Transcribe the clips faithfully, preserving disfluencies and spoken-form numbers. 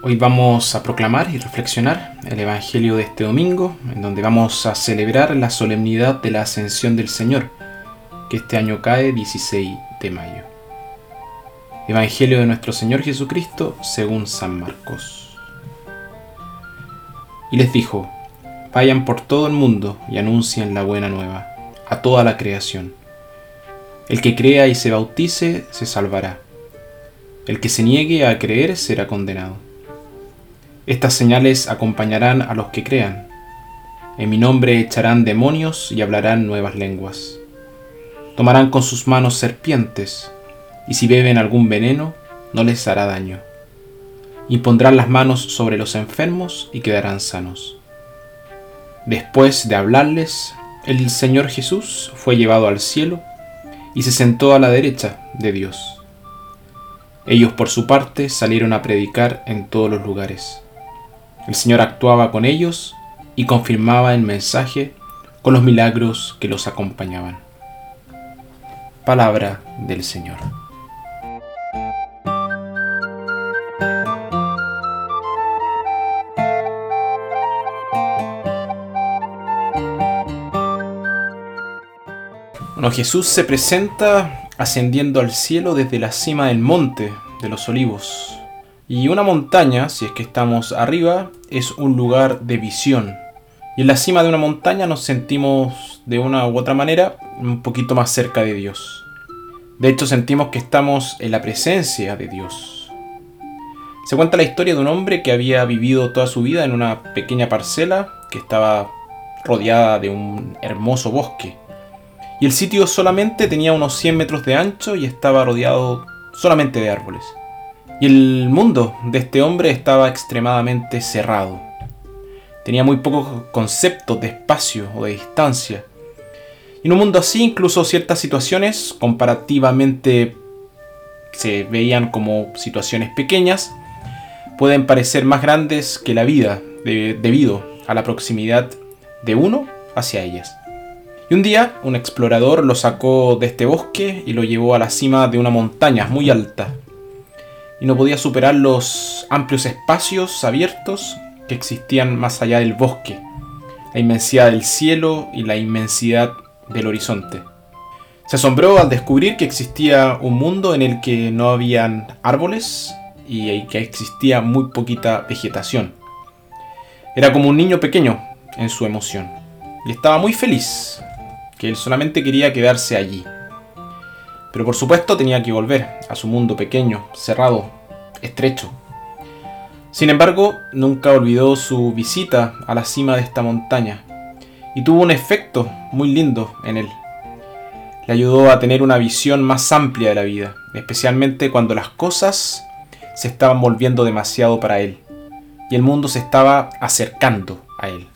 Hoy vamos a proclamar y reflexionar el Evangelio de este domingo, en donde vamos a celebrar la solemnidad de la Ascensión del Señor, que este año cae dieciséis de mayo. Evangelio de nuestro Señor Jesucristo según San Marcos. Y les dijo: vayan por todo el mundo y anuncien la buena nueva a toda la creación. El que crea y se bautice se salvará. El que se niegue a creer será condenado. Estas señales acompañarán a los que crean. En mi nombre echarán demonios y hablarán nuevas lenguas. Tomarán con sus manos serpientes, y si beben algún veneno, no les hará daño. Impondrán las manos sobre los enfermos y quedarán sanos. Después de hablarles, el Señor Jesús fue llevado al cielo y se sentó a la derecha de Dios. Ellos, por su parte, salieron a predicar en todos los lugares. El Señor actuaba con ellos y confirmaba el mensaje con los milagros que los acompañaban. Palabra del Señor. Bueno, Jesús se presenta ascendiendo al cielo desde la cima del monte de los Olivos. Y una montaña, si es que estamos arriba, es un lugar de visión. Y en la cima de una montaña nos sentimos de una u otra manera un poquito más cerca de Dios. De hecho, sentimos que estamos en la presencia de Dios. Se cuenta la historia de un hombre que había vivido toda su vida en una pequeña parcela que estaba rodeada de un hermoso bosque. Y el sitio solamente tenía unos cien metros de ancho y estaba rodeado solamente de árboles. Y el mundo de este hombre estaba extremadamente cerrado. Tenía muy pocos conceptos de espacio o de distancia. Y en un mundo así, incluso ciertas situaciones comparativamente se veían como situaciones pequeñas, pueden parecer más grandes que la vida de, debido a la proximidad de uno hacia ellas. Y un día, un explorador lo sacó de este bosque y lo llevó a la cima de una montaña muy alta. Y no podía superar los amplios espacios abiertos que existían más allá del bosque, la inmensidad del cielo y la inmensidad del horizonte. Se asombró al descubrir que existía un mundo en el que no habían árboles y que existía muy poquita vegetación. Era como un niño pequeño en su emoción y estaba muy feliz, que él solamente quería quedarse allí. Pero por supuesto tenía que volver a su mundo pequeño, cerrado, estrecho. Sin embargo, nunca olvidó su visita a la cima de esta montaña y tuvo un efecto muy lindo en él. Le ayudó a tener una visión más amplia de la vida, especialmente cuando las cosas se estaban volviendo demasiado para él y el mundo se estaba acercando a él.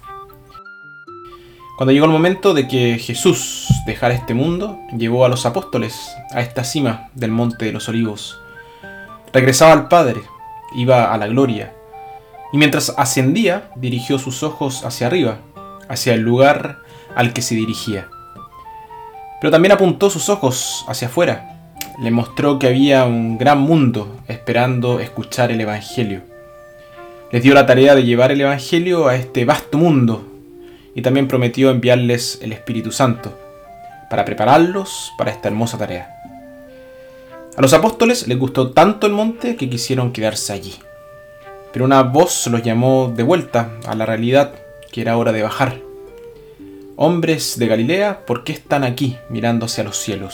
Cuando llegó el momento de que Jesús dejara este mundo, llevó a los apóstoles a esta cima del Monte de los Olivos. Regresaba al Padre, iba a la gloria, y mientras ascendía, dirigió sus ojos hacia arriba, hacia el lugar al que se dirigía. Pero también apuntó sus ojos hacia afuera, le mostró que había un gran mundo esperando escuchar el Evangelio. Les dio la tarea de llevar el Evangelio a este vasto mundo, y también prometió enviarles el Espíritu Santo para prepararlos para esta hermosa tarea. A los apóstoles les gustó tanto el monte que quisieron quedarse allí. Pero una voz los llamó de vuelta a la realidad, que era hora de bajar. Hombres de Galilea, ¿por qué están aquí mirando hacia los cielos?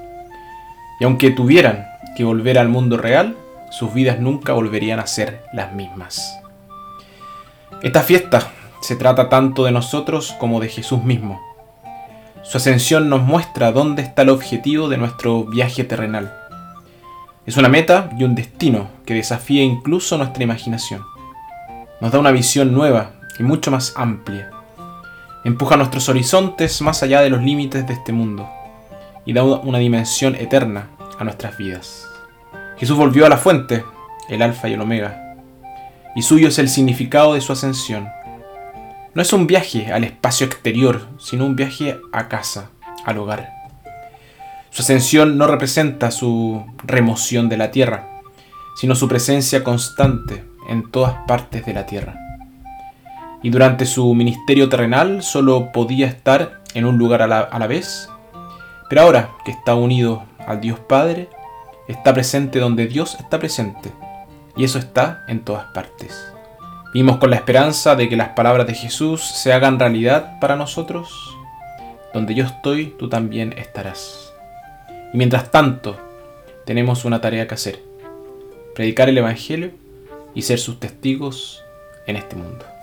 Y aunque tuvieran que volver al mundo real, sus vidas nunca volverían a ser las mismas. Esta fiesta se trata tanto de nosotros como de Jesús mismo. Su ascensión nos muestra dónde está el objetivo de nuestro viaje terrenal. Es una meta y un destino que desafía incluso nuestra imaginación. Nos da una visión nueva y mucho más amplia. Empuja nuestros horizontes más allá de los límites de este mundo y da una dimensión eterna a nuestras vidas. Jesús volvió a la fuente, el alfa y el omega, y suyo es el significado de su ascensión. No es un viaje al espacio exterior, sino un viaje a casa, al hogar. Su ascensión no representa su remoción de la tierra, sino su presencia constante en todas partes de la tierra. Y durante su ministerio terrenal solo podía estar en un lugar a la, a la vez, pero ahora que está unido al Dios Padre, está presente donde Dios está presente, y eso está en todas partes. Vivimos con la esperanza de que las palabras de Jesús se hagan realidad para nosotros. Donde yo estoy, tú también estarás. Y mientras tanto, tenemos una tarea que hacer: predicar el Evangelio y ser sus testigos en este mundo.